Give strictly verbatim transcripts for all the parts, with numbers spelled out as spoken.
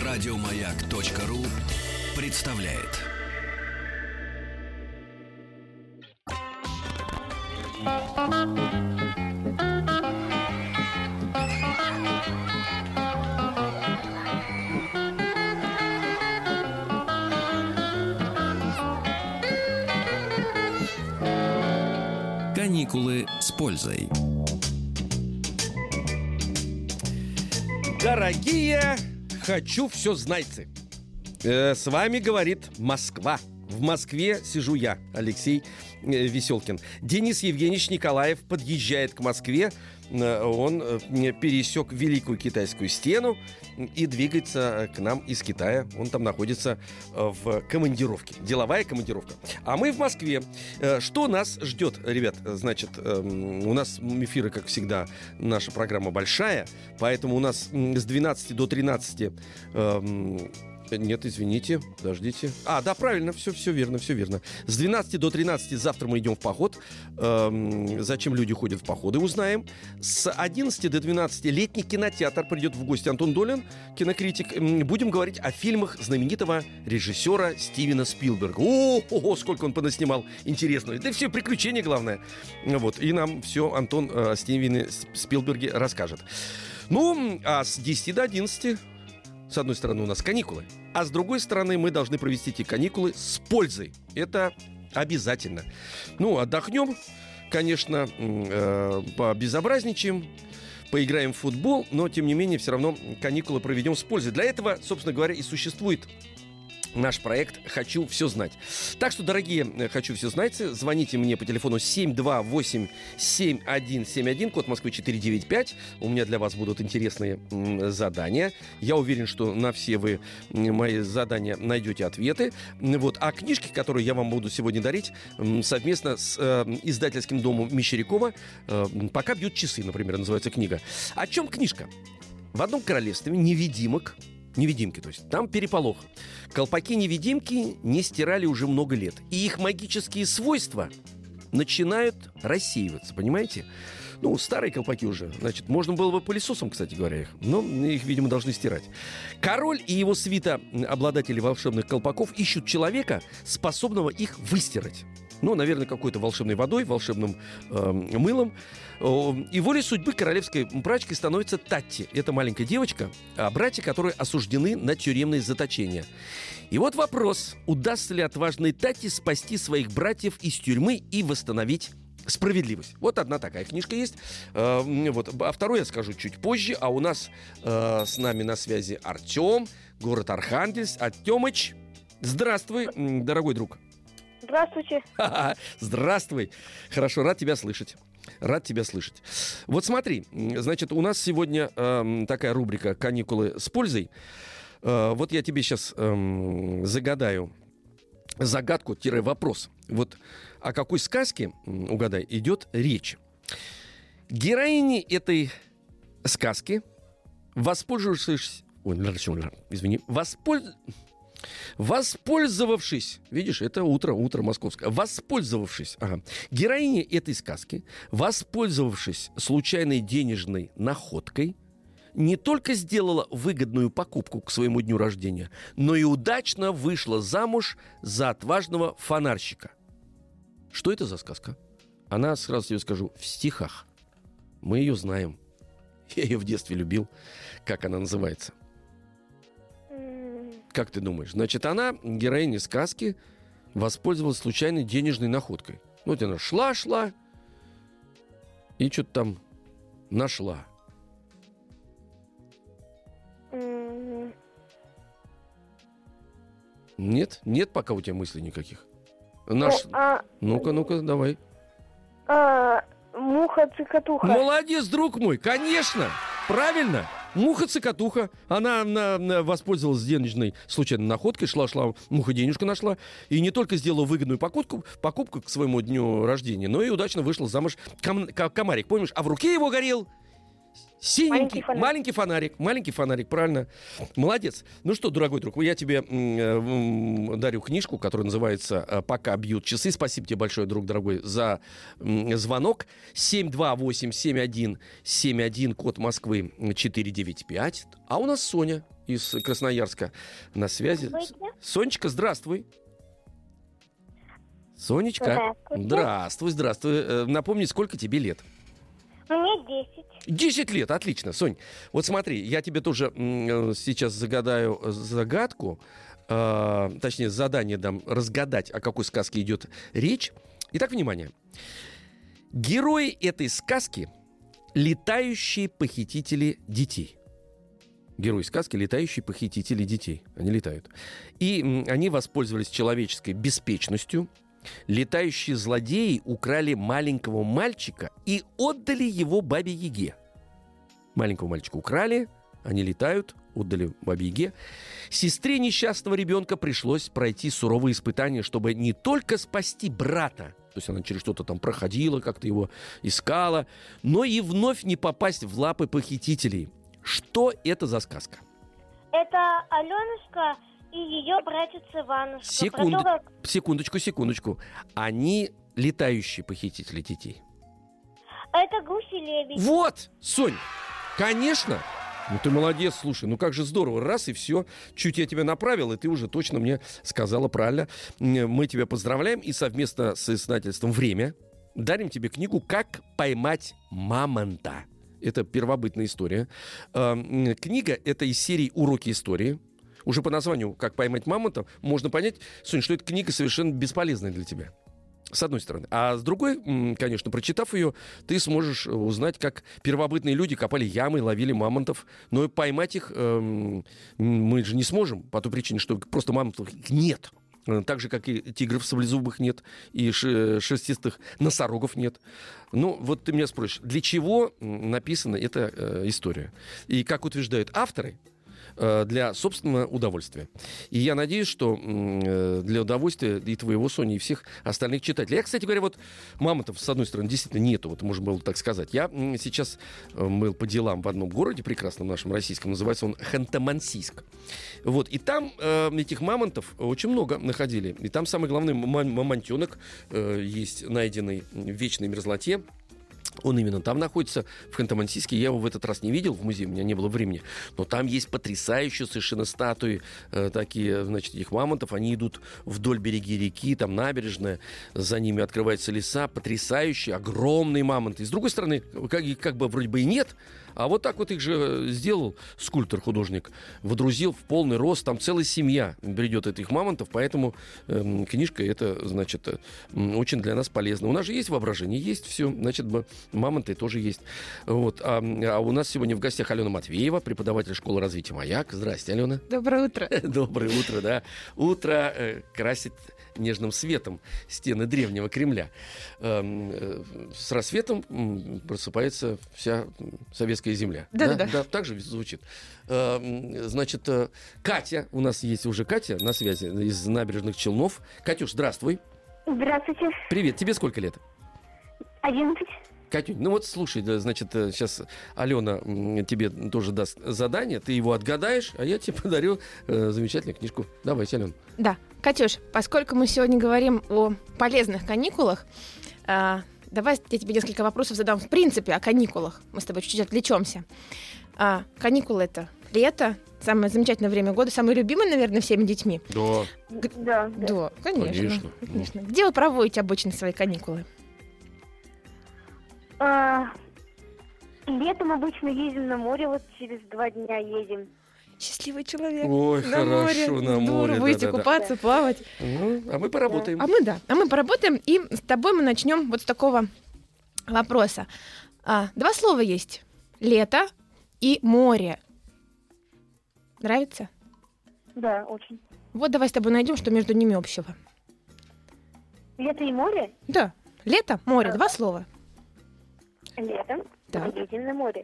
Радиомаяк.ру представляет. Каникулы с пользой. Дорогие «Хочу все знайцы», э, с вами говорит Москва. В Москве сижу я, Алексей э, Веселкин. Денис Евгеньевич Николаев подъезжает к Москве. Э, он э, пересек Великую Китайскую стену и двигается к нам из Китая. Он там находится э, в командировке. Деловая командировка. А мы в Москве. Э, что нас ждет, ребят? Значит, э, у нас эфиры, как всегда, наша программа большая. Поэтому у нас с двенадцати до тринадцати... Э, Нет, извините, подождите. А, да, правильно, все, все верно, все верно. С двенадцати до тринадцати завтра мы идем в поход. Эм, зачем люди ходят в походы, узнаем. С одиннадцати до двенадцати летний кинотеатр придет в гости Антон Долин, кинокритик. Будем говорить о фильмах знаменитого режиссера Стивена Спилберга. О, сколько он понаснимал интересного. Да все приключения, главное. Вот, и нам все Антон о Стивене Спилберге расскажет. Ну, а с десяти до одиннадцати... С одной стороны, у нас каникулы, а с другой стороны, мы должны провести эти каникулы с пользой. Это обязательно. Ну, отдохнем, конечно, э, побезобразничаем, поиграем в футбол, но, тем не менее, все равно каникулы проведем с пользой. Для этого, собственно говоря, и существует наш проект «Хочу все знать». Так что, дорогие «Хочу все знать», звоните мне по телефону семь два восемь семь один семь один, код Москвы четыре девять пять. У меня для вас будут интересные м, задания. Я уверен, что на все вы м, мои задания найдете ответы. Вот. А книжки, которые я вам буду сегодня дарить, м, совместно с э, издательским домом Мещерякова, э, «Пока бьют часы», например, называется книга. О чем книжка? В одном королевстве невидимок, невидимки, то есть там переполох. Колпаки-невидимки не стирали уже много лет. И их магические свойства начинают рассеиваться, понимаете? Ну, старые колпаки уже, значит, можно было бы пылесосом, кстати говоря, их. Но их, видимо, должны стирать. Король и его свита, обладатели волшебных колпаков, ищут человека, способного их выстирать. Ну, наверное, какой-то волшебной водой, волшебным э, мылом. И волей судьбы королевской прачкой становится Татти. Это маленькая девочка, а братья, которые осуждены на тюремное заточение. И вот вопрос: удастся ли отважной Татти спасти своих братьев из тюрьмы и восстановить справедливость? Вот одна такая книжка есть. Э, вот. А вторую я скажу чуть позже. А у нас э, с нами на связи Артем, город Архангельск. Артемыч, здравствуй, дорогой друг. Здравствуйте. Ха-ха, здравствуй. Хорошо, рад тебя слышать. Рад тебя слышать. Вот смотри, значит, у нас сегодня э, такая рубрика «Каникулы с пользой». Э, вот я тебе сейчас э, загадаю загадку-вопрос. Вот о какой сказке, угадай, идет речь. Героини этой сказки, воспользовавшись... Ой, извини. Воспользовавшись... Воспользовавшись, видишь, это утро, утро московское. Воспользовавшись, ага, героиня этой сказки, воспользовавшись случайной денежной находкой, не только сделала выгодную покупку к своему дню рождения, но и удачно вышла замуж за отважного фонарщика. Что это за сказка? Она, сразу тебе скажу, в стихах. Мы ее знаем. Я ее в детстве любил. Как она называется? Как ты думаешь? Значит, она, героиня сказки, воспользовалась случайной денежной находкой. Ну, вот она шла-шла и что-то там нашла. Mm-hmm. Нет? Нет пока у тебя мыслей никаких? Наш... Ну, а... Ну-ка, ну-ка, давай. А... Муха-цикатуха. Молодец, друг мой, конечно! Правильно! Муха-цикатуха. Она, она, она воспользовалась денежной случайной находкой. Шла-шла, муха денежку нашла. И не только сделала выгодную покупку, покупку к своему дню рождения, но и удачно вышла замуж ком, комарик. Помнишь? А в руке его горел Синенький, Маленький фонарик. маленький фонарик, маленький фонарик, правильно. Молодец. Ну что, дорогой друг, я тебе м, м, дарю книжку, которая называется э, «Пока бьют часы». Спасибо тебе большое, друг дорогой, за м, звонок. семь два восемь семь один семь один, код Москвы четыре девять пять. А у нас Соня из Красноярска на связи. Здравствуйте. Сонечка, здравствуй. Сонечка. Здравствуйте. Здравствуй, здравствуй. Э, Напомни, сколько тебе лет? Мне десять. Десять лет, отлично, Сонь. Вот смотри, я тебе тоже м, сейчас загадаю загадку, э, точнее, задание дам разгадать, о какой сказке идет речь. Итак, внимание. Герои этой сказки — летающие похитители детей. Герои сказки — летающие похитители детей. Они летают. И м, они воспользовались человеческой беспечностью. Летающие злодеи украли маленького мальчика и отдали его Бабе-Яге. Маленького мальчика украли, они летают, отдали Бабе-Яге. Сестре несчастного ребенка пришлось пройти суровые испытания, чтобы не только спасти брата, то есть она через что-то там проходила, как-то его искала, но и вновь не попасть в лапы похитителей. Что это за сказка? Это Аленушка и ее братец Иванушка. Секунду, Про то, как- секундочку, секундочку. Они летающие похитители детей. Это гуси-лебедь. Вот, Сонь, конечно. Ну ты молодец, слушай, ну как же здорово, раз и все. Чуть я тебя направил, и ты уже точно мне сказала правильно. М, Мы тебя поздравляем и совместно с издательством «Время» дарим тебе книгу «Как поймать мамонта». Это первобытная история. Э, м, Книга — это из серии «Уроки истории». Уже по названию «Как поймать мамонта» можно понять, Сонь, что эта книга совершенно бесполезная для тебя. С одной стороны. А с другой, м, конечно, прочитав ее, ты сможешь узнать, как первобытные люди копали ямы, ловили мамонтов. Но и поймать их эм, мы же не сможем, по той причине, что просто мамонтов нет. Э, Так же, как и тигров саблезубых нет, и ше- шерстистых носорогов нет. Ну, вот ты меня спросишь, для чего м, написана эта э, история? И как утверждают авторы, э, для собственного удовольствия. И я надеюсь, что м, э, для удовольствия и твоего, Сони, и всех остальных читателей. Я, кстати говоря, вот мамонтов, с одной стороны, действительно нету, вот можно было так сказать. Я м, сейчас э, был по делам в одном городе прекрасном нашем российском, называется он Ханты-Мансийск. Вот, и там э, этих мамонтов очень много находили. И там самый главный мам- мамонтенок э, есть, найденный в вечной мерзлоте. Он именно там находится, в Ханты-Мансийске. Я его в этот раз не видел в музее, у меня не было времени. Но там есть потрясающие совершенно статуи, э, такие, значит, этих мамонтов. Они идут вдоль береги реки, там набережная, за ними открываются леса. Потрясающие, огромные мамонты. И с другой стороны, как, как бы вроде бы и нет, а вот так вот их же сделал скульптор-художник. Водрузил в полный рост. Там целая семья бредет этих мамонтов. Поэтому э, книжка эта, значит, э, очень для нас полезна. У нас же есть воображение, есть все. Значит, б- мамонты тоже есть. Вот. А, а у нас сегодня в гостях Алена Матвеева, преподаватель школы развития «Маяк». Здрасте, Алена. Доброе утро. Доброе утро, да. Утро э, красит нежным светом стены древнего Кремля. Эм, э, с рассветом м, просыпается вся м, советская земля. Да-да-да. Да, так же звучит. Эм, значит, э, Катя, у нас есть уже Катя на связи из Набережных Челнов. Катюш, здравствуй. Здравствуйте. Привет. Тебе сколько лет? Одиннадцать. Катюнь, ну вот слушай, да, значит, э, сейчас Алена м, тебе тоже даст задание, ты его отгадаешь, а я тебе подарю э, замечательную книжку. Давайте, Алена. Да, Катюш, поскольку мы сегодня говорим о полезных каникулах, а, давай я тебе несколько вопросов задам в принципе о каникулах. Мы с тобой чуть-чуть отвлечемся. А, каникулы — это лето, самое замечательное время года, самое любимое, наверное, всеми детьми. Да. Да, да. Да, конечно. Конечно. конечно. Где вы проводите обычно свои каникулы? А, летом обычно ездим на море, вот через два дня едем. Счастливый человек. Ой, На хорошо, море. на Здорово, море. будете да-да-да. купаться, плавать. Ну, а мы поработаем. А мы, да, а мы поработаем, и с тобой мы начнем вот с такого вопроса. А, два слова есть. Лето и море. Нравится? Да, очень. Вот давай с тобой найдем, что между ними общего. Лето и море? Да, лето, море, два слова. Летом Да. мы едем на море.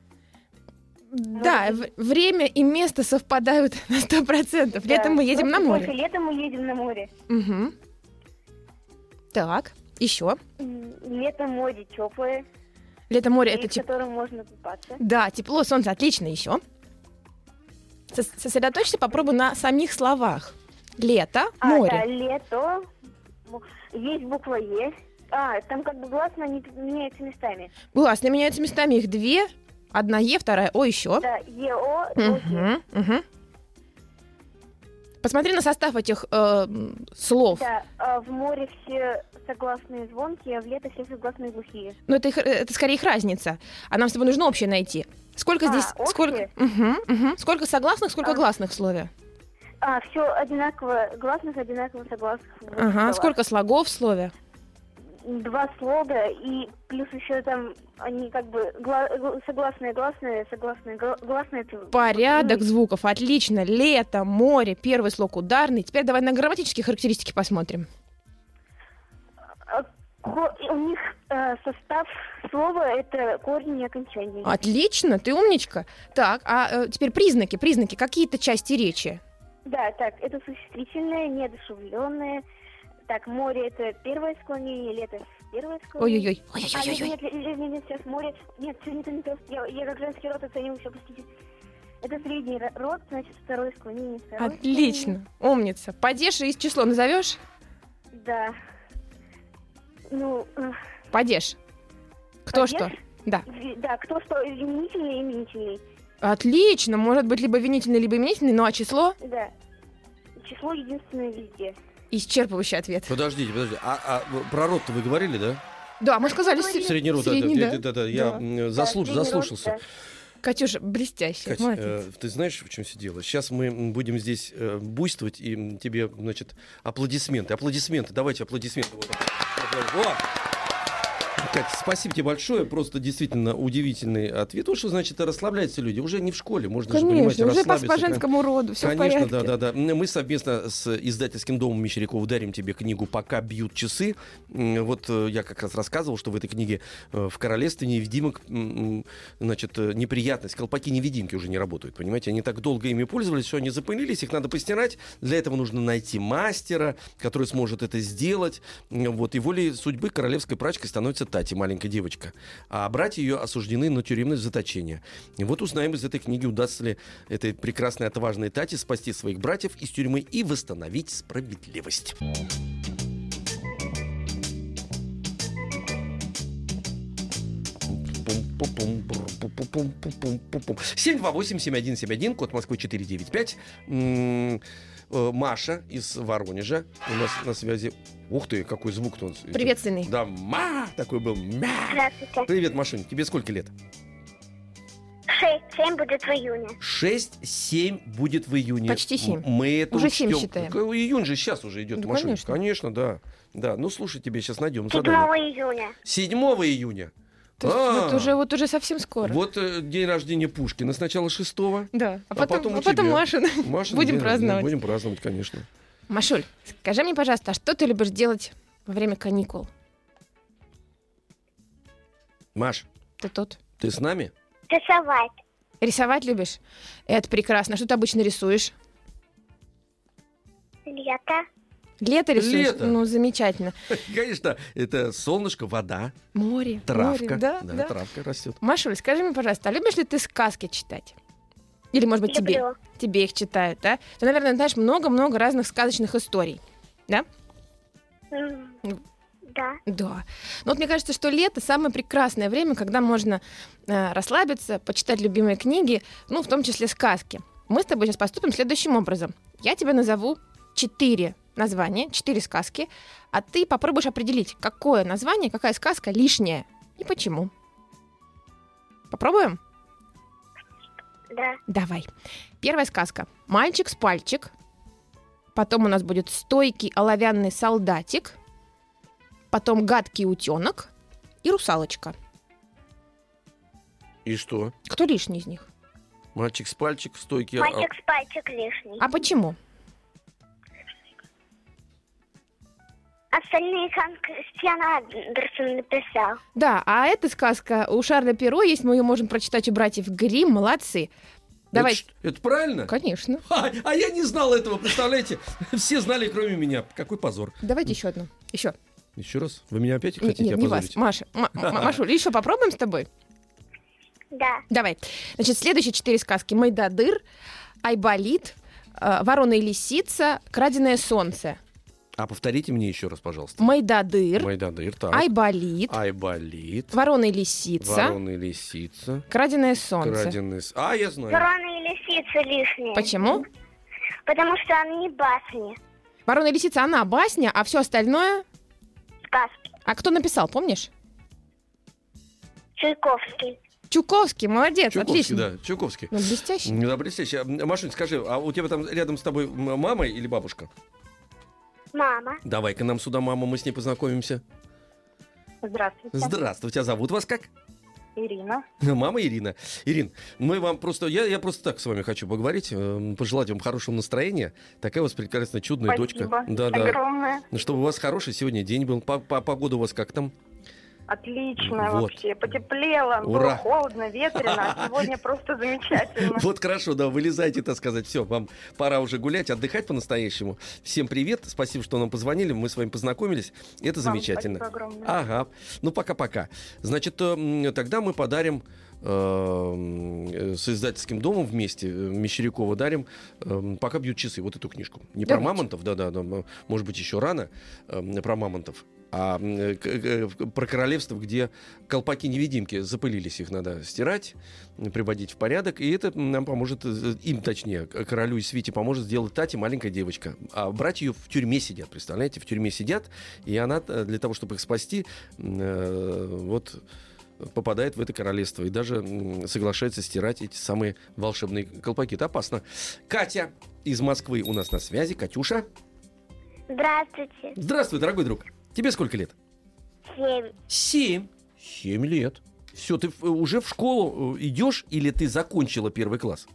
Да, в- время и место совпадают на сто процентов. Летом мы едем на Просто море. Летом мы едем на море. Угу. Так, еще. М, Летом море теплое. Лето, море и это в теп... котором можно купаться. Да, тепло, солнце, отлично еще. Сос- Сосредоточься, попробуй на самих словах. Лето, А, море. да, лето. М, Есть буква Е. А, там как бы гласно они меняются местами. Гласные меняются местами, их две. Одна Е, вторая О еще. Да, ЕО, О, Е. Угу, угу. Посмотри на состав этих э, м, слов. Да, а в море все согласные звонкие, а в лето все согласные глухие. Но это, их- это скорее их разница. А нам с тобой нужно общее найти. Сколько А, здесь... общее? Сколько, Мгм, мгм. Сколько согласных, сколько А. гласных в слове? А, все одинаково гласных, одинаково согласных. в двух Ага. словах. Сколько слогов в слове? Два слога, и плюс еще там они как бы гла- гл- согласные, гласные, согласные, гла- гласные. это- Порядок ну, звуков. Отлично. Лето, море, первый слог ударный. Теперь давай на грамматические характеристики посмотрим. а, ко- и у них э, состав слова это корень и окончание. Отлично, ты умничка. Так, а э, теперь признаки, признаки, какие-то части речи. Да, так, это существительное, неодушевленное. Так, море это первое склонение, лето первое склонение. Ой-ой-ой. А, нет, Ой-ой-ой. нет, нет, нет, нет, сейчас море. Нет, все не то, не то. Я, я как женский род оценил все, простите. Это средний ро- род, значит, второе склонение. Второе Отлично, умница. Падеж и число назовешь? склонение. Да. Ну, э, Падеж. Кто падеж? что? Да. Ви- Да, кто что, именительный и именительный. Отлично, может быть либо винительный, либо именительный, ну а число? Да. Число единственное везде. Исчерпывающий ответ. Подождите, подождите. А, а в- про род-то вы говорили, да? Да, мы сказали говорили. с- Средний род, да, средний, да, да. да, да, да, я Да. м, Да, заслуш- средний род, заслушался. да. Катюша, блестяще, Кать, молодец. э, ты знаешь, в чем все дело? Сейчас мы м, будем здесь э, буйствовать, и м, тебе, значит, аплодисменты. Аплодисменты, давайте аплодисменты. Вот так. О! Кать, спасибо тебе большое. Просто действительно удивительный ответ. Вот что значит расслабляются люди. Уже не в школе, можно же, понимаете, Конечно, уже по, расслабиться. по женскому роду, все в Конечно, порядке. да, да, да. Мы совместно с издательским домом Мещерякова дарим тебе книгу «Пока бьют часы». М, Вот э, я как раз рассказывал, что в этой книге э, в королевстве невидимок, м, м, значит, э, неприятность. Колпаки-невидимки уже не работают, понимаете? Они так долго ими пользовались, что они запылились, их надо постирать. Для этого нужно найти мастера, который сможет это сделать. М, Вот. И волей судьбы королевской прачкой становится Тати, маленькая девочка. А братья ее осуждены на тюремное заточение. И вот узнаем из этой книги, удастся ли этой прекрасной, отважной Тати спасти своих братьев из тюрьмы и восстановить справедливость. семь два восемь семь один семь один, код Москвы четыре девять пять. М, э, Маша из Воронежа у нас на связи. Ух ты, какой звук тут. Приветственный. Да, ма, такой был. Мя. Здравствуйте. Привет, Машунь, тебе сколько лет? Шесть, семь будет в июне. шесть-семь будет в июне. Почти семь. М- Мы это Уже учтем. семь считаем. Какой июнь же сейчас уже идет, Ну, Машунь. конечно. Конечно, да. Да, ну слушай, тебе сейчас найдем. Седьмого июня. седьмого июня. То есть А, вот, уже, вот уже совсем скоро. Вот э, день рождения Пушкина. Сначала шестого. Да, а А потом, потом у а потом тебя. Маша. Маша, Будем день рождения. праздновать. Будем праздновать, конечно. Машуль, скажи мне, пожалуйста, а что ты любишь делать во время каникул? Маш, Ты тут? ты с нами? Рисовать. Рисовать любишь? Это прекрасно. Что ты обычно рисуешь? Лето. Лето рисуешь? Лето. Ну, замечательно. Конечно, это солнышко, вода, Море. травка. Море, да, да. Травка растет. Машуль, скажи мне, пожалуйста, а любишь ли ты сказки читать? Или, может быть, тебе, Люблю. тебе их читают, да? Ты, наверное, знаешь много-много разных сказочных историй, да? М, Да. Да. Но вот мне кажется, что лето самое прекрасное время, когда можно э, расслабиться, почитать любимые книги, ну, в том числе сказки. Мы с тобой сейчас поступим следующим образом. Я тебе назову четыре названия, четыре сказки, а ты попробуешь определить, какое название, какая сказка лишняя и почему. Попробуем? Да. Давай. Первая сказка. Мальчик с пальчик. Потом у нас будет стойкий оловянный солдатик. Потом гадкий утенок и русалочка. И что? Кто лишний из них? Мальчик с пальчик, стойки. Мальчик с пальчик лишний. А почему? Остальные Хан Кристиан Андерсон написал. Да, а эта сказка у Шарля Перро есть, мы ее можем прочитать у братьев Гримм. Молодцы. Давай. Это, ш- это правильно? Конечно. А, а я не знал этого, представляете? Все знали, кроме меня. Какой позор. Давайте еще одну. Еще. Еще раз? Вы меня опять хотите Нет, не вас, опозорить? Маша. М- М- Машуль, еще попробуем с тобой? Да. Давай. Значит, следующие четыре сказки. Майдадыр, Айболит, э, Ворона и лисица, Краденое солнце. А повторите мне еще раз, пожалуйста. Майдадыр, Майдадыр, так. Айболит, Айболит. Ворона и лисица, Ворона и лисица. Краденое солнце. Краденый... с- А, я знаю. Ворона и лисица лишние. Почему? Потому что они басни. Ворона и лисица, она басня, а все остальное... Сказки. А кто написал, помнишь? Чайковский. Чуковский, молодец, Чуковский, отлично. да, Чуковский. Ну, блестяще. Да, блестяще. А, Машунь, скажи, а у тебя там рядом с тобой м- мама или бабушка? Мама. Давай-ка нам сюда мама, мы с ней познакомимся. Здравствуйте. Здравствуйте, а зовут вас как? Ирина. Мама Ирина. Ирин, мы вам просто... Я, я просто так с вами хочу поговорить, э, пожелать вам хорошего настроения. Такая у вас прекрасная, чудная Спасибо. дочка. Да, да. Огромное. Чтобы у вас хороший сегодня день был. По- по- Погода у вас как там? Отлично Вот. вообще. Потеплело. Ура. Было холодно, ветрено. А сегодня просто замечательно. Вот хорошо, да, вылезайте, так сказать. Все, вам пора уже гулять, отдыхать по-настоящему. Всем привет, спасибо, что нам позвонили, мы с вами познакомились. Это Вам замечательно. спасибо огромное. Ага, ну пока-пока. Значит, э, м, тогда мы подарим э, м, с издательским домом вместе, э, Мещерякова дарим э, «Пока бьют часы», вот эту книжку. Не про Давайте. мамонтов, да-да, может быть, еще рано э, про мамонтов, а м, к- э, про королевство, где колпаки-невидимки запылились, их надо стирать, м, приводить в порядок, и это нам поможет, э, им точнее, к- королю и свите поможет сделать Тати, маленькая девочка. А братья ее в тюрьме сидят, представляете, в тюрьме сидят, и она э, для того, чтобы их спасти, э, вот попадает в это королевство и даже м, соглашается стирать эти самые волшебные колпаки. Это опасно. Катя из Москвы у нас на связи. Катюша. Здравствуйте. Здравствуй, дорогой друг. Тебе сколько лет? Семь. Семь. Семь лет. Все, ты в- уже в школу э, идешь или ты закончила первый класс?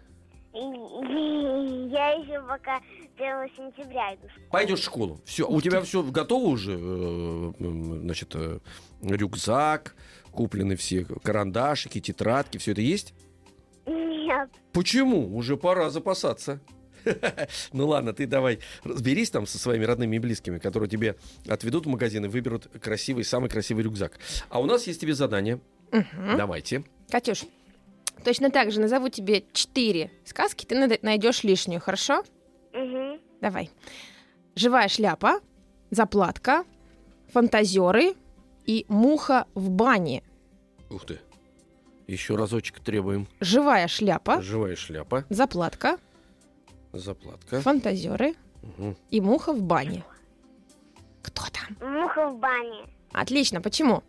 Я еще пока первого сентября иду. Пойдешь в школу. Все, у тебя все готово уже? э, м, Значит, э, рюкзак, куплены все карандашики, тетрадки, все это есть? Нет. Почему? Уже пора запасаться. Ну ладно, ты давай разберись там со своими родными и близкими, которые тебе отведут в магазин и выберут красивый, самый красивый рюкзак. А у нас есть тебе задание. Мгм. Давайте. Катюш, точно так же назову тебе четыре сказки, ты над- найдешь лишнюю, хорошо? Угу. Давай. Живая шляпа, заплатка, фантазеры и муха в бане. Ух ты. Еще разочек требуем. Живая шляпа, Живая шляпа, заплатка, заплатка. фантазеры Мгм. и муха в бане. Кто там? Муха в бане. Отлично, почему?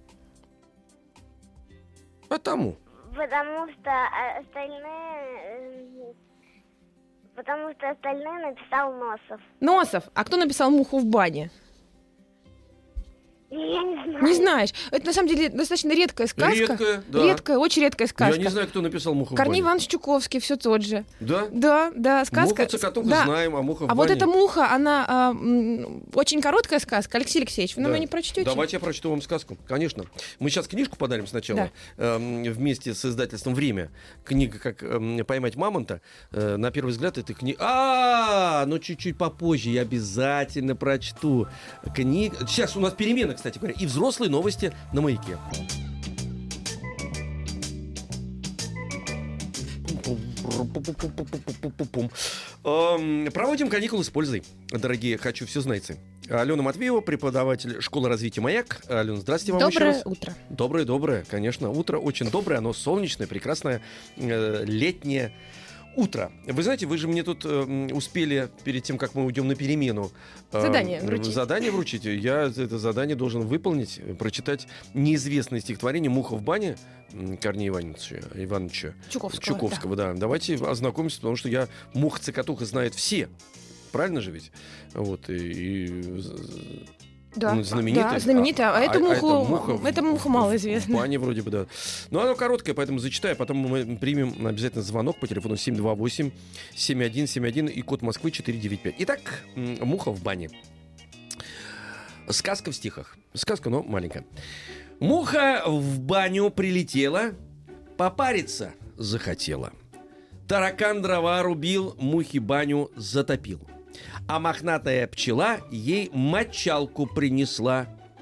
Потому. Потому что э, остальные... э, Потому что остальные написал Носов. Носов. А кто написал муху в бане? Я не знаю. Не знаешь. Это на самом деле достаточно редкая сказка. Редкая, да. Редкая, очень редкая сказка. Я не знаю, кто написал «Муху в Корней бане». Иванович Чуковский, все тот же. Да? Да, да, сказка. Муха-цокотуха Да. знаем, а муха в А вот бане. эта муха, она а, м, очень короткая сказка. Алексей Алексеевич, вы нам Да. ее не прочтете? Давайте я прочту вам сказку. Конечно. Мы сейчас книжку подарим сначала эм, вместе с издательством «Время». Книга «Как эм, поймать мамонта». Э, на первый взгляд это книга... А, ну чуть-чуть попозже я обязательно прочту. Книга... Сейчас у нас перемена, кстати говоря. И взрослые новости на «Маяке». Эм, Проводим каникулы с пользой, дорогие «Хочу все знайцы». Алена Матвеева, преподаватель школы развития «Маяк». Алена, здрасте вам еще Доброе раз. утро. Доброе, доброе, конечно. Утро очень доброе, оно солнечное, прекрасное, э, летнее утро. Вы знаете, вы же мне тут э, м, успели, перед тем, как мы уйдем на перемену, э, Задание вручить. задание вручить. Я это задание должен выполнить, э, прочитать неизвестное стихотворение «Муха в бане» м, Корнея Ивановича, Ивановича Чуковского. Чуковского, да. Давайте ознакомимся, потому что я муха-цокотуха знает все. Правильно же ведь? Вот, и... и Да, ну, знаменитая. да, знаменитая. А, А- эту а- а муху, эта муха в- эта муха в- малоизвестна. В бане вроде бы, да. Но оно короткое, поэтому зачитаю. Потом мы примем обязательно звонок по телефону семь два восемь семь один семь один и код Москвы четыре девять пять. Итак, м, муха в бане. Сказка в стихах. Сказка, но маленькая. Муха в баню прилетела, попариться захотела. Таракан дрова рубил, мухи баню затопил. А мохнатая пчела ей мочалку принесла.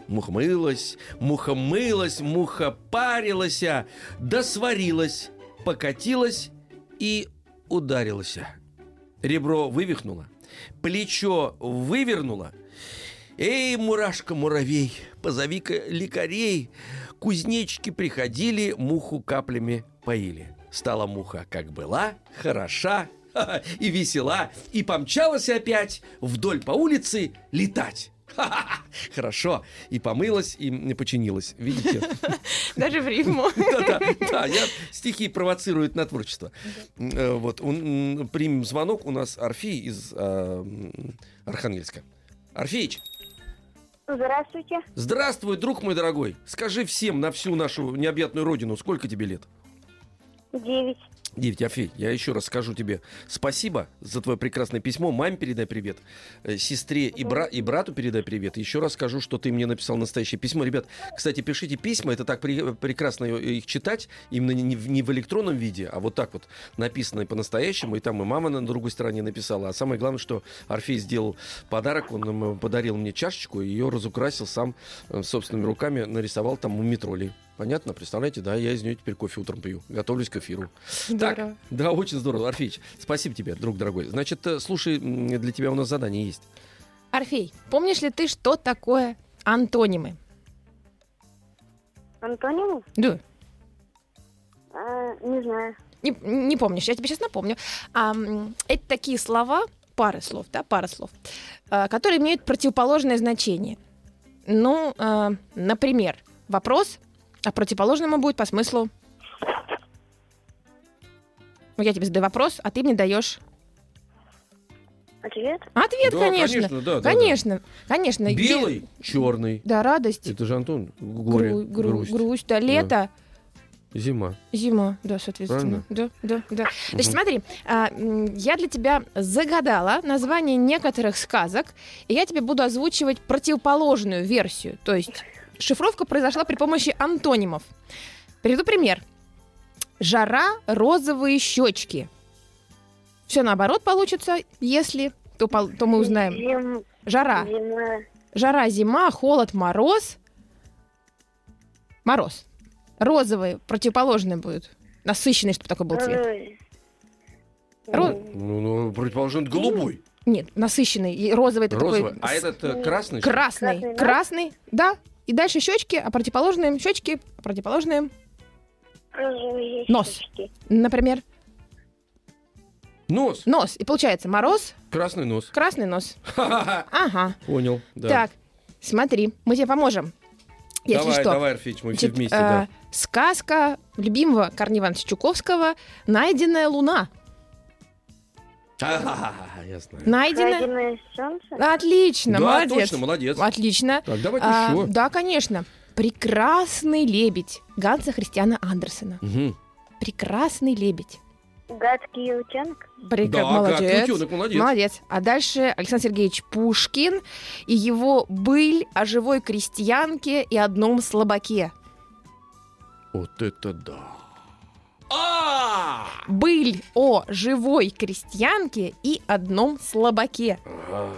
Муха мылась, муха мылась, муха парилась, да сварилась, покатилась и ударилась. Ребро вывихнуло, плечо вывернуло. Эй, мурашка-муравей, позови-ка лекарей. Кузнечики приходили, муху каплями поили. Стала муха, как была, хороша и весела, и помчалась опять вдоль по улице летать. Хорошо. И помылась, и починилась. Видите? Даже в рифму. Да-да, стихи провоцируют на творчество. Вот, примем звонок. У нас Орфей из Архангельска. Орфеич. Здравствуйте. Здравствуй, друг мой дорогой. Скажи всем на всю нашу необъятную родину, сколько тебе лет? Девять. Девять, Орфей, я еще раз скажу тебе спасибо за твое прекрасное письмо. Маме передай привет, э, сестре и, бра- и брату передай привет. Еще раз скажу, что ты мне написал настоящее письмо. Ребят, кстати, пишите письма, это так при- прекрасно их читать, именно не в, не в электронном виде, а вот так вот написанное по-настоящему. И там и мама на другой стороне написала. А самое главное, что Орфей сделал подарок, он подарил мне чашечку, ее разукрасил сам э, собственными руками, нарисовал там мумитроли. Понятно? Представляете, да, я из нее теперь кофе утром пью. Готовлюсь к эфиру. Здорово. Так, да, очень здорово. Орфеич, спасибо тебе, друг дорогой. Значит, слушай, для тебя у нас задание есть. Орфей, помнишь ли ты, что такое антонимы? Антонимы? Да. А, не знаю. Не, не помнишь, я тебе сейчас напомню. А, м, это такие слова, пары слов, да, пара слов, а, которые имеют противоположное значение. Ну, а, например, вопрос, а противоположному будет по смыслу. Ну, я тебе задаю вопрос, а ты мне даешь Ответ? ответ, Да, конечно. конечно, да, да, конечно, конечно. Белый, Е- черный. Да, радость. Это же, Антон, горе, гру- гру- грусть, грусть, да, лето, зима. зима, да, соответственно. Правильно? Да, да, да. Значит, смотри, а, м, я для тебя загадала название некоторых сказок, и я тебе буду озвучивать противоположную версию. То есть шифровка произошла при помощи антонимов. Приведу пример. Жара, розовые щечки. Все наоборот получится, если, то, пол- то мы узнаем. Зим... Жара. Зима. Жара, зима, холод, мороз. Мороз. Розовый, противоположный будет. Насыщенный, чтобы такой был цвет. Ой. Ро- Ну, ну, предположим, это голубой. Нет, насыщенный. И розовый это Розовый. такой А с- этот э, красный? что ли? красный. Красный, да? Красный, да. И дальше щечки, а противоположные щечки, а противоположные, Розовые Нос. щечки. например, Нос. нос. И получается мороз, Красный нос. красный нос. Ха-ха-ха. Ага. Понял, да. Так, смотри, мы тебе поможем. Если давай, что. давай, Орфеич, мы все Значит, вместе, э, да. Сказка любимого Корнея Ивановича Чуковского «Найденная луна». Ха-ха-ха, я знаю. Найденная... Найденное солнце? Отлично, Да, молодец. точно, молодец. Отлично. Так, давайте А, еще. да, конечно. «Прекрасный лебедь» Ганса Христиана Андерсена. Мгм. «Прекрасный лебедь». Гадкий утенок? Прек- Да, молодец. гадкий утенок, молодец. Молодец. А дальше Александр Сергеевич Пушкин и его «Быль о живой крестьянке и одном слабаке». Вот это да. А! «Быль о живой крестьянке и одном слабаке». А.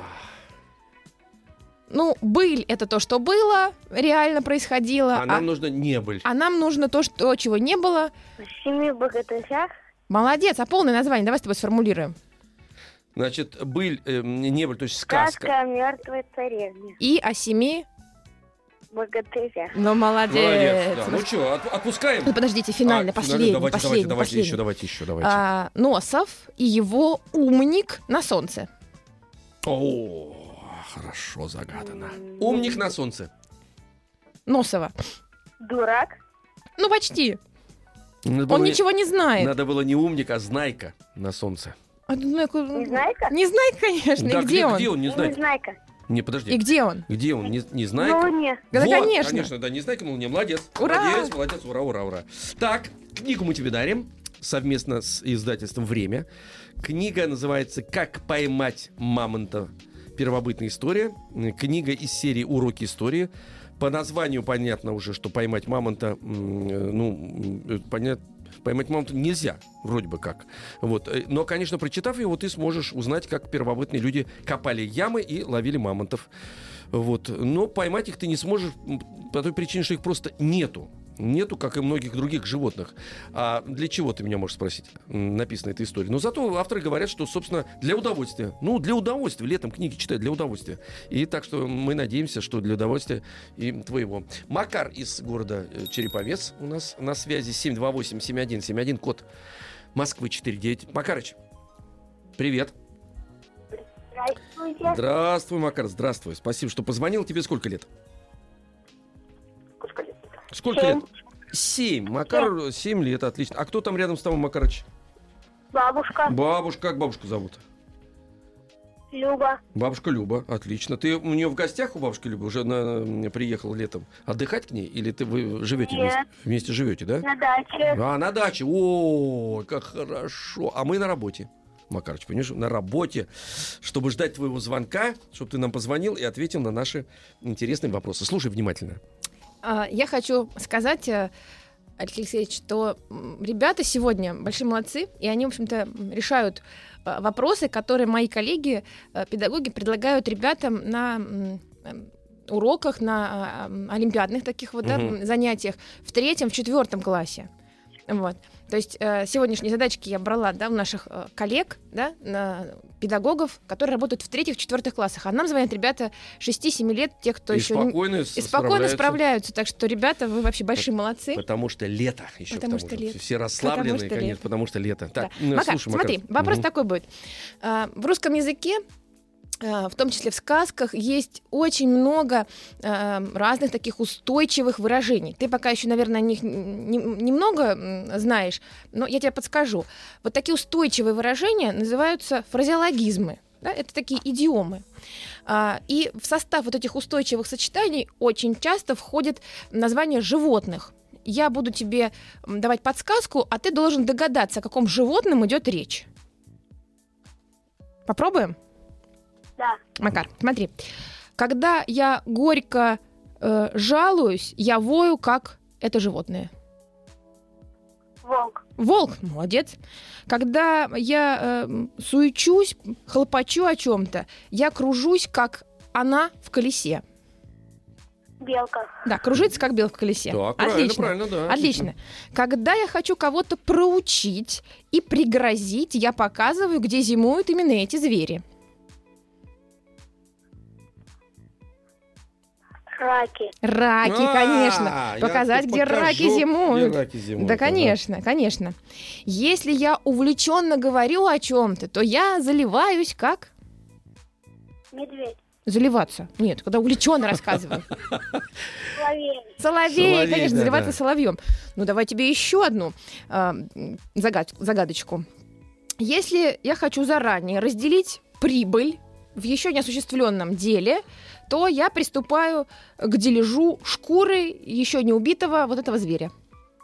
Ну, быль — это то, что было, реально происходило. А А, нам нужно не быль. а нам нужно то, что, чего не было. В семи богатырях? Молодец. А полное название давай с тобой сформулируем. Значит, быль, э, не быль, то есть сказка. Сказка о мертвой царевне. И о семи. Богатырях. Ну, молодец. Молодец. Да. Ну что, от- отпускаем? Ну, подождите, финально, А, последний, давайте, последний, давайте, давайте последний. еще, давайте еще, давайте. А, Носов и его умник на солнце. О, хорошо загадано. Умник на солнце. Носова. Дурак? Ну, почти. Надо было Он не- ничего не знает. Надо было не умник, а знайка на солнце. А, ну, ну, Незнайка? Не знает, конечно. Да, И где он? Где он, не знает. Незнайка. Не, подожди. И где он? Где он? Не, не На знает. луне. Да, Вот, конечно. конечно, да, не знайка на луне. Молодец. Ура! Молодец, молодец, ура, ура, ура. Так, книгу мы тебе дарим совместно с издательством «Время». Книга называется «Как поймать мамонта. Первобытная история». Книга из серии «Уроки истории». По названию понятно уже, что поймать мамонта, м, э, ну, э, понятно, поймать мамонта нельзя, вроде бы как. Вот. Э, Но, конечно, прочитав его, ты сможешь узнать, как первобытные люди копали ямы и ловили мамонтов. Вот. Но поймать их ты не сможешь по той причине, что их просто нету. Нету, как и многих других животных. А для чего, ты меня можешь спросить, написана эта история? Но зато авторы говорят, что, собственно, для удовольствия. Ну, для удовольствия. Летом книги читают для удовольствия. И так что мы надеемся, что для удовольствия и твоего. Макар из города Череповец у нас на связи. семь два восемь семь один семь один, код Москвы четыре девять. Макарыч, привет. Здравствуйте. Здравствуй, Макар, здравствуй. Спасибо, что позвонил. Тебе сколько лет? Сколько лет? Сколько Семь. лет? Семь. Макар, семь лет, отлично. А кто там рядом с тобой, Макарыч? Бабушка. Бабушка. Как бабушку зовут? Люба. Бабушка Люба, отлично. Ты у нее в гостях у бабушки Любы уже на, приехал летом отдыхать к ней? Или ты вы живете Нет. вместе? Вместе живете, да? На даче. А, на даче. О, как хорошо. А мы на работе. Макарыч, понимаешь, на работе, чтобы ждать твоего звонка, чтобы ты нам позвонил и ответил на наши интересные вопросы. Слушай внимательно. Я хочу сказать, Алексей Алексеевич, что ребята сегодня большие молодцы, и они, в общем-то, решают вопросы, которые мои коллеги, педагоги, предлагают ребятам на уроках, на олимпиадных таких вот, Угу. да, занятиях в третьем, в четвертом классе. Вот. То есть э, сегодняшние задачки я брала, да, у наших э, коллег, да, на педагогов, которые работают в третьих, четвертых классах. А нам звонят ребята шести-семи лет, те, кто И еще спокойно, не... И спокойно справляются. Так что, ребята, вы вообще большие молодцы. Потому что лето еще. Потому к тому что же. лето. Все расслабленные, Потому что конечно, лето. потому что лето. Так, Да. ну, Макар, слушай, Макар. смотри, вопрос Мгм. такой будет. А, в русском языке, а, в том числе в сказках, есть очень много а, разных таких устойчивых выражений. Ты пока еще, наверное, о них не- немного м, знаешь, но я тебе подскажу. Вот такие устойчивые выражения называются фразеологизмы. Да? Это такие идиомы. А, и в состав вот этих устойчивых сочетаний очень часто входит название животных. Я буду тебе м, давать подсказку, а ты должен догадаться, о каком животном идет речь. Попробуем? Да. Макар, смотри. Когда я горько э, жалуюсь, я вою, как это животное. Волк. Волк, молодец. Когда я э, суечусь, хлопочу о чем-то, я кружусь, как она в колесе. Белка. Да, кружится, как белка в колесе. Так, правильно, Отлично. правильно, да. Отлично. Когда я хочу кого-то проучить и пригрозить, я показываю, где зимуют именно эти звери. Раки. Раки, А, конечно. я Показать, тут где покажу, раки зимуют. где раки зимуют, Да, ага. конечно, конечно. Если я увлеченно говорю о чем-то, то я заливаюсь как? Медведь. Заливаться. Нет, когда увлеченно рассказываю. Соловей. Соловей, Соловей, конечно, да, заливаться да. соловьем. Ну, давай тебе еще одну а, загад- загадочку. Если я хочу заранее разделить прибыль в еще неосуществленном деле, то я приступаю к дележу шкуры еще не убитого вот этого зверя.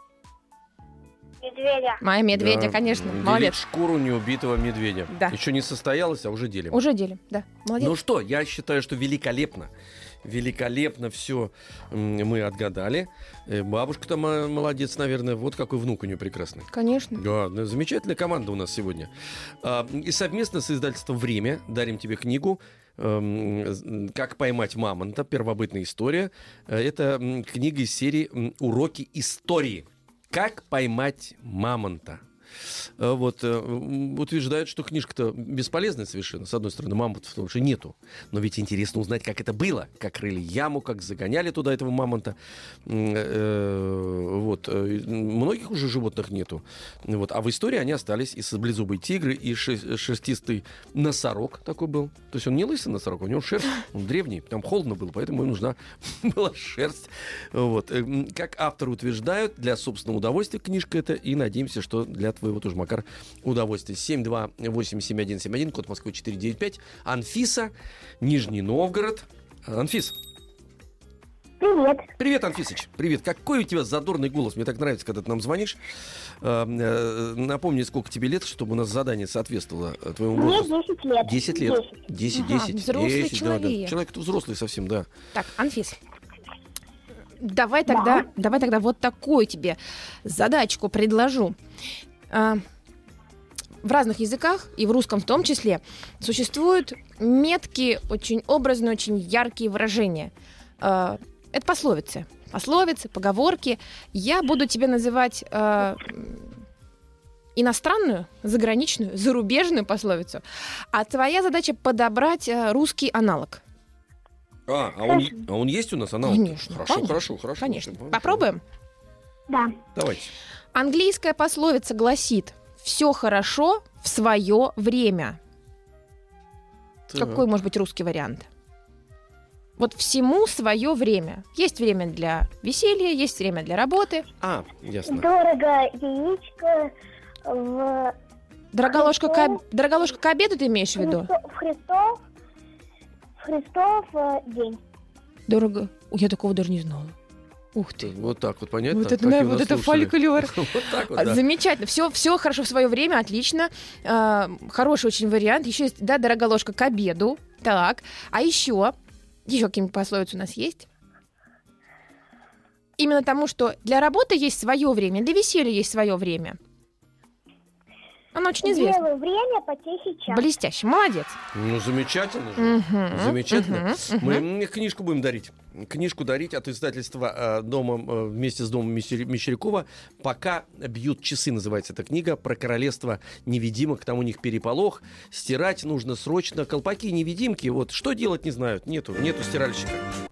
Медведя. Моя медведя, Да, конечно. делить Молодец. шкуру неубитого медведя. Да. Еще не состоялось, а уже делим. Уже делим, да. Молодец. Ну что, я считаю, что великолепно. Великолепно все мы отгадали. Э, Бабушка-то мо- молодец, наверное. Вот какой внук у нее прекрасный. Конечно. Да, да, замечательная команда у нас сегодня. А, И совместно с издательством «Время» дарим тебе книгу эм, «Как поймать мамонта. Первобытная история». Э, Это м, книга из серии м, «Уроки истории». «Как поймать мамонта». Э, Вот, э, м, утверждают, что книжка-то бесполезная совершенно. С одной стороны, мамонтов уже нету. Но ведь интересно узнать, как это было. Как рыли яму, как загоняли туда этого мамонта. М, э, Вот. э, Многих уже животных нету. Вот. А в истории они остались. И саблезубый тигр, и ше- шерстистый носорог такой был. То есть он не лысый носорог, у него шерсть, он древний. Там холодно было, поэтому ему нужна была шерсть. Вот. Э, м, Как авторы утверждают, для собственного удовольствия книжка это. И надеемся, что для твоего тоже, Макар, удовольствия. семь два восемь семь один семь один, код Москвы четыре девять пять. Анфиса, Нижний Новгород. Анфис. Привет. Привет, Анфисыч. Привет. Какой у тебя задорный голос. Мне так нравится, когда ты нам звонишь. Э, э, Напомни, сколько тебе лет, чтобы у нас задание соответствовало э, твоему Мне возрасту. десять лет. Десять лет. Десять, Ага, десять. взрослый десять, да, да. человек. Человек-то взрослый совсем, да. Так, Анфис, давай тогда, давай тогда вот такую тебе задачку предложу. А, в разных языках, и в русском в том числе, существуют меткие, очень образные, очень яркие выражения. Э, это пословицы. Пословицы, поговорки. Я буду тебе называть э, иностранную, заграничную, зарубежную пословицу, а твоя задача подобрать э, русский аналог. А, а он, а он есть у нас аналог? Конечно. Хорошо, конечно, хорошо, хорошо. Конечно. Хорошо. Попробуем? Да. Давайте. Английская пословица гласит: «Все хорошо в свое время». Так. Какой может быть русский вариант? Вот всему свое время. Есть время для веселья, есть время для работы. А, ясно. Дорого яичко в Дороголожка к, об- дороголожка к обеду ты имеешь в виду? Христо- в Христов, в Христов э, день. Дорого. Ой, я такого даже не знала. Ух ты. Вот так вот, понятно? Вот это, Как и да, у вот нас это слушали. фольклор. Вот так вот, А, да. Замечательно. Все, все хорошо в свое время, отлично. А, хороший очень вариант. Еще есть, да, дороголожка к обеду. Так. А еще, еще какие-нибудь пословицы у нас есть? Именно тому, что для работы есть свое время, для веселья есть свое время. Оно очень известно. Делаю время по тихий час. Блестяще. Молодец. Ну, замечательно же. Мгм, Замечательно. мгм, Мы мгм. м, книжку будем дарить. Книжку дарить от издательства э, дома, э, вместе с домом Мещер- Мещерякова. «Пока бьют часы» называется эта книга, про королевство невидимок. Там у них переполох. Стирать нужно срочно. Колпаки-невидимки. Вот что делать не знают. Нету, нету стиральщика.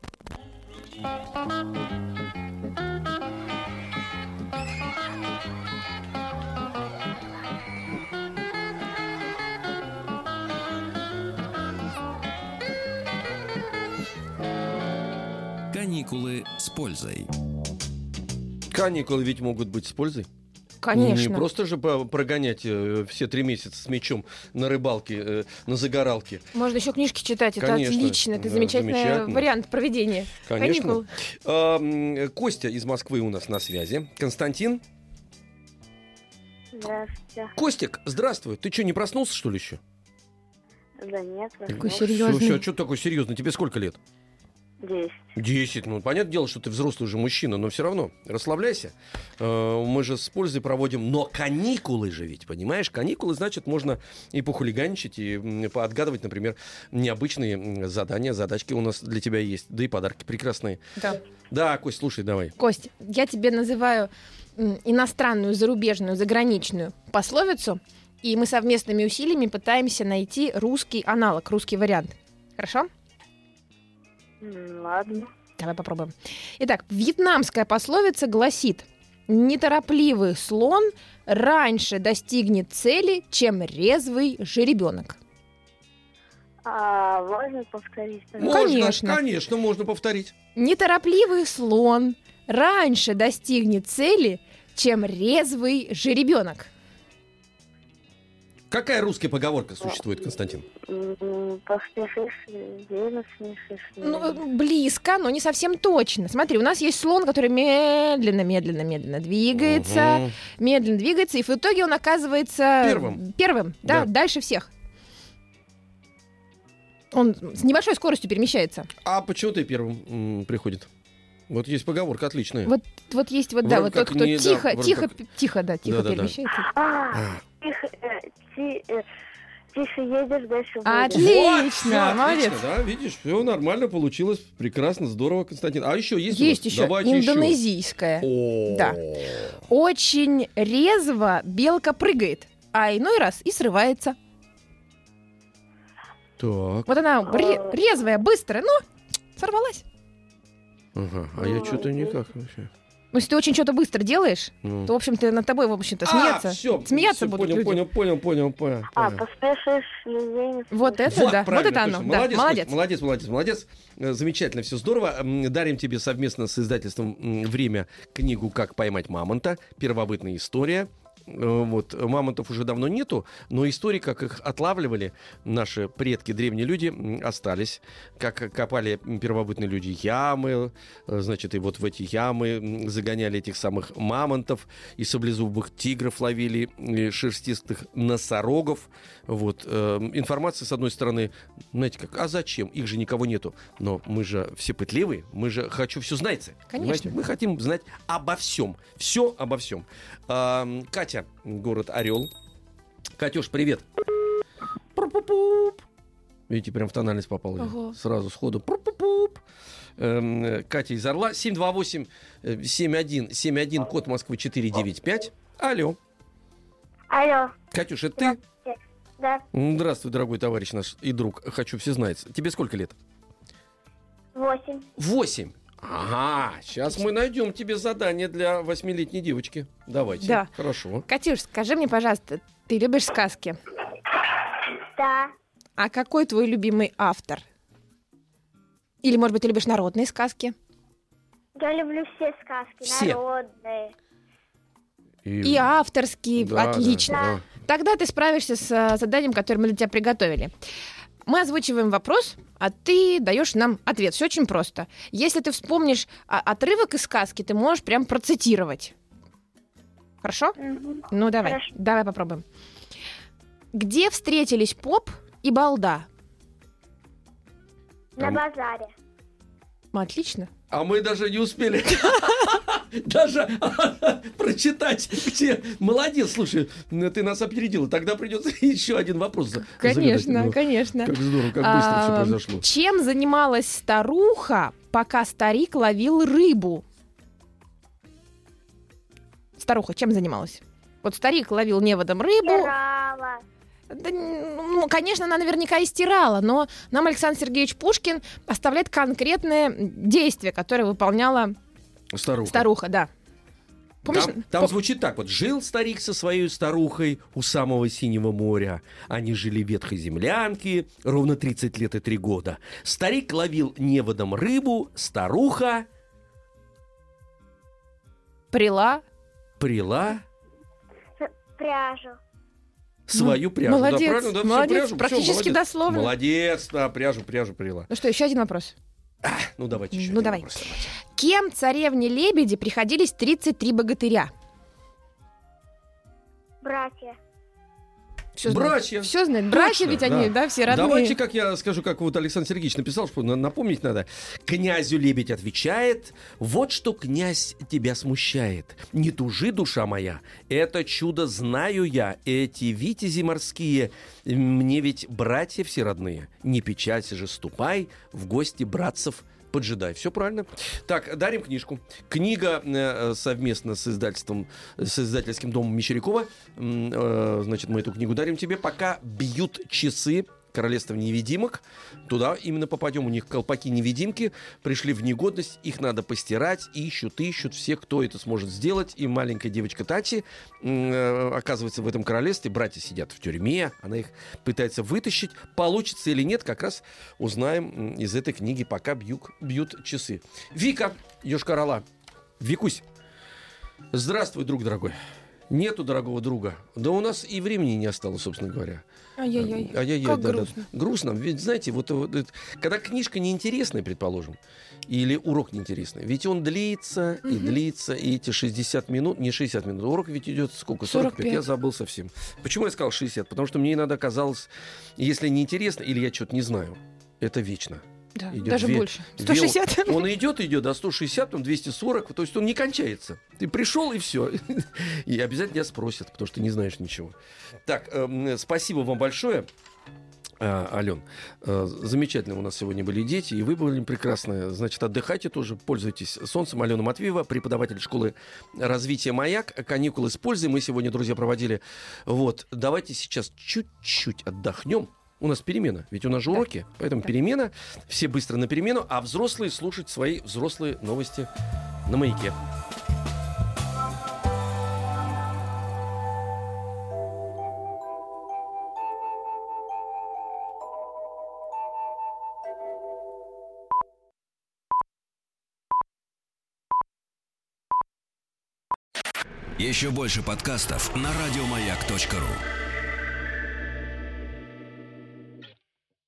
Каникулы с пользой. Каникулы ведь могут быть с пользой. Конечно. Не просто же по- прогонять э, все три месяца с мячом на рыбалке, э, на загоралке. Можно еще книжки читать. Это Конечно. отлично. Это Да, замечательный замечательно. вариант проведения Конечно. каникул. А, м, Костя из Москвы у нас на связи. Константин. Здравствуйте. Костик, здравствуй. Ты что, не проснулся, что ли, еще? Да нет, Такой возможно. серьезный. Все, что ты такой серьезный? Тебе сколько лет? Десять. Десять. Ну, понятное дело, что ты взрослый уже мужчина, но все равно расслабляйся. Э, Мы же с пользой проводим, но каникулы же ведь, понимаешь? Каникулы, значит, можно и похулиганчить, и м, поотгадывать, например, необычные м, задания, задачки у нас для тебя есть, да и подарки прекрасные. Да. Да, Кость, слушай, давай. Кость, я тебе называю м, иностранную, зарубежную, заграничную пословицу, и мы совместными усилиями пытаемся найти русский аналог, русский вариант. Хорошо? М, Ладно. Давай попробуем. Итак, вьетнамская пословица гласит: «Неторопливый слон раньше достигнет цели, чем резвый жеребенок». А можно повторить? Ну, Можно, конечно. конечно, можно повторить. Неторопливый слон раньше достигнет цели, чем резвый жеребенок. Какая русская поговорка существует, Константин? М, Поспешишь, дело смешишь. Ну, близко, но не совсем точно. Смотри, у нас есть слон, который медленно, медленно, медленно двигается, Мгм. медленно двигается, и в итоге он оказывается Первым. первым, да, Да. дальше всех. Он с небольшой скоростью перемещается. А почему ты первым м, приходит? Вот есть поговорка отличная. Вот, вот есть вот, да, Вроде вот тот, как кто не- да, тихо, вроде тихо, как- п- тихо, да, тихо Да-да-да. перемещается. А, А. тихо, э, ти- э, тише едешь, дальше будешь. Отлично, Вот, всё, молодец. отлично, да, видишь, все нормально получилось, прекрасно, здорово, Константин. А еще есть? у Есть нас? еще Давайте индонезийская. О. Да. Очень резво белка прыгает, а иной раз и срывается. Так, Вот она ре- резвая, быстрая, но сорвалась. ага, а я что-то никак вообще. Ну, если ты очень что-то быстро делаешь, Ну. то, в общем-то, над тобой, в общем-то, А, смеяться. всё, смеяться всё, будут понял, люди. понял, понял, понял, понял, А, понял. поспешишь, людей не Вот слушаешь. это да, вот правильно, это оно. точно. Да, Молодец, молодец. Кость, молодец, молодец, молодец. Э, Замечательно, все здорово. М, Дарим тебе совместно с издательством м, «Время» книгу «Как поймать мамонта». Первобытная история. Э, Вот, мамонтов уже давно нету, но истории, как их отлавливали наши предки, древние люди, м, остались. Как копали м, первобытные люди ямы, э, значит, и вот в эти ямы м, загоняли этих самых мамонтов, и саблезубых тигров ловили, и шерстистых носорогов. Вот. э, Информация, с одной стороны, знаете как, а зачем? Их же никого нету. Но мы же все пытливые, мы же хочу все знать. Конечно. Мы хотим знать обо всем. Все обо всем. А, Катя, город Орел. Катюш, привет. Пуп-пуп-пуп. Видите, прям в тональность попал. Ого. Сразу сходу. Пуп-пуп-пуп. Эм, Катя из Орла. семь два восемь семь один семь один, код Москвы четыре девять пять. Алло. Алло. Катюш, это ты? Да. Здравствуй, дорогой товарищ наш и друг. Хочу все знать. Тебе сколько лет? Восемь. Восемь. Ага, сейчас мы найдем тебе задание для восьмилетней девочки. Давайте. Да. Хорошо. Катюш, скажи мне, пожалуйста, ты любишь сказки? Да. А какой твой любимый автор? Или, может быть, ты любишь народные сказки? Я люблю все сказки, Все. народные. И авторские, Да, отлично. да, да. Тогда ты справишься с а, заданием, которое мы для тебя приготовили. Мы озвучиваем вопрос, а ты даешь нам ответ. Все очень просто. Если ты вспомнишь а, отрывок из сказки, ты можешь прям процитировать. Хорошо? Мгм. Ну, давай. Хорошо. Давай попробуем. Где встретились поп и балда? На Там- базаре. Ну, отлично. А мы даже не успели даже прочитать. Где. Молодец, слушай, ты нас опередила. Тогда придется еще один вопрос за- загадать. Конечно, Ну, конечно. Как здорово, как быстро все А, произошло. Чем занималась старуха, пока старик ловил рыбу? Старуха чем занималась? Вот старик ловил неводом рыбу. Стирала. Да, ну, конечно, она наверняка и стирала, но нам Александр Сергеевич Пушкин оставляет конкретное действие, которое выполняла Старуха. старуха, да. Помнишь? Там, там Пом- звучит так вот. Жил старик со своей старухой у самого синего моря. Они жили в ветхой землянке ровно тридцать лет и три года. Старик ловил неводом рыбу, старуха Прила. прила П- Пряжу. свою пряжу. Молодец, да, правильно, да, всё, молодец, пряжу, всё, практически молодец. дословно. Молодец, да, пряжу, пряжу прила. Ну что, еще один вопрос. Ну, давайте еще Ну, один давай. вопрос, давайте. Кем царевне Лебеди приходились тридцать три богатыря? Братья. Все Братья. Все знают. Братья Точно, ведь они, да. да, все родные. Давайте, как я скажу, как вот Александр Сергеевич написал, что на- напомнить надо. Князю лебедь отвечает: вот что, князь, тебя смущает. Не тужи, душа моя, это чудо знаю я. Эти витязи морские, мне ведь братья все родные. Не печалься же, ступай в гости братцев поджидай. Все правильно. Так, дарим книжку. Книга э, совместно с издательством, с издательским домом Мещерякова. М, э, значит, мы эту книгу дарим тебе. Пока бьют часы. Королевство невидимок. Туда именно попадем. У них колпаки-невидимки пришли в негодность. Их надо постирать. Ищут, ищут все, кто это сможет сделать. И маленькая девочка Тати э, оказывается в этом королевстве. Братья сидят в тюрьме. Она их пытается вытащить. Получится или нет, как раз узнаем м, из этой книги, пока бьют, бьют часы. Вика, Йошкар-Ола. Викусь, здравствуй, друг дорогой. Нету дорогого друга. Да у нас и времени не осталось, собственно говоря. Ай-яй-яй. Ай-яй-яй, Как да, да. грустно. Грустно. Ведь, знаете, вот, вот это- когда книжка неинтересная, предположим, или урок неинтересный, ведь он длится и Мгм. длится, и эти шестьдесят минут, не шестьдесят минут, урок ведь идет сколько? сорок пять. сорок пять. Я забыл совсем. Почему я сказал шестьдесят? Потому что мне иногда казалось, если неинтересно, или я что-то не знаю, это вечно. Да, Идет даже две- больше. Две- сто шестьдесят. Он идет, идет до сто шестьдесят, потом двести сорок, то есть он не кончается. Ты пришел и все. И обязательно тебя спросят, потому что не знаешь ничего. Так, эм, спасибо вам большое. А, Ален, э, замечательно у нас сегодня были дети, и вы были прекрасные. Значит, отдыхайте тоже, пользуйтесь солнцем. Алена Матвеева, преподаватель школы развития «Маяк». Каникулы с пользой мы сегодня, друзья, проводили. Вот, давайте сейчас чуть-чуть отдохнем. У нас перемена, ведь у нас же Да. уроки, поэтому Да. перемена. Все быстро на перемену, а взрослые слушать свои взрослые новости на «Маяке». Еще больше подкастов на радиомаяк точка ру.